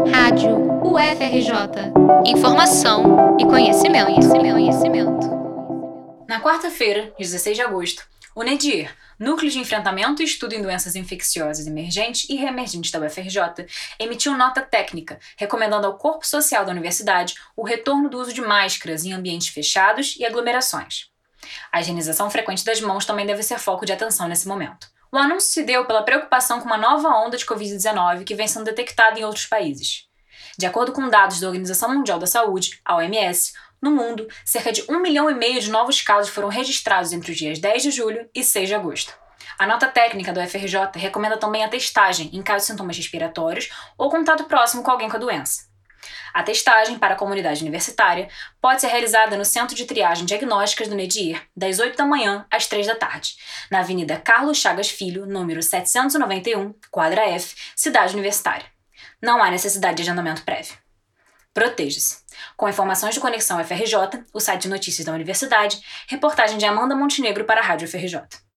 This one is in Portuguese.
Rádio UFRJ. Informação e conhecimento. Na quarta-feira, 16 de agosto, o NEDIR, Núcleo de Enfrentamento e Estudo em Doenças Infecciosas Emergentes e Reemergentes da UFRJ, emitiu nota técnica recomendando ao corpo social da universidade o retorno do uso de máscaras em ambientes fechados e aglomerações. A higienização frequente das mãos também deve ser foco de atenção nesse momento. O anúncio se deu pela preocupação com uma nova onda de Covid-19 que vem sendo detectada em outros países. De acordo com dados da Organização Mundial da Saúde, a OMS, no mundo, cerca de 1,5 milhão de novos casos foram registrados entre os dias 10 de julho e 6 de agosto. A nota técnica do UFRJ recomenda também a testagem em caso de sintomas respiratórios ou contato próximo com alguém com a doença. A testagem para a comunidade universitária pode ser realizada no Centro de Triagem Diagnósticas do NEDIR, das 8 da manhã às 3 da tarde, na Avenida Carlos Chagas Filho, número 791, quadra F, Cidade Universitária. Não há necessidade de agendamento prévio. Proteja-se. Com informações do Conexão UFRJ, o site de notícias da universidade, reportagem de Amanda Montenegro para a Rádio UFRJ.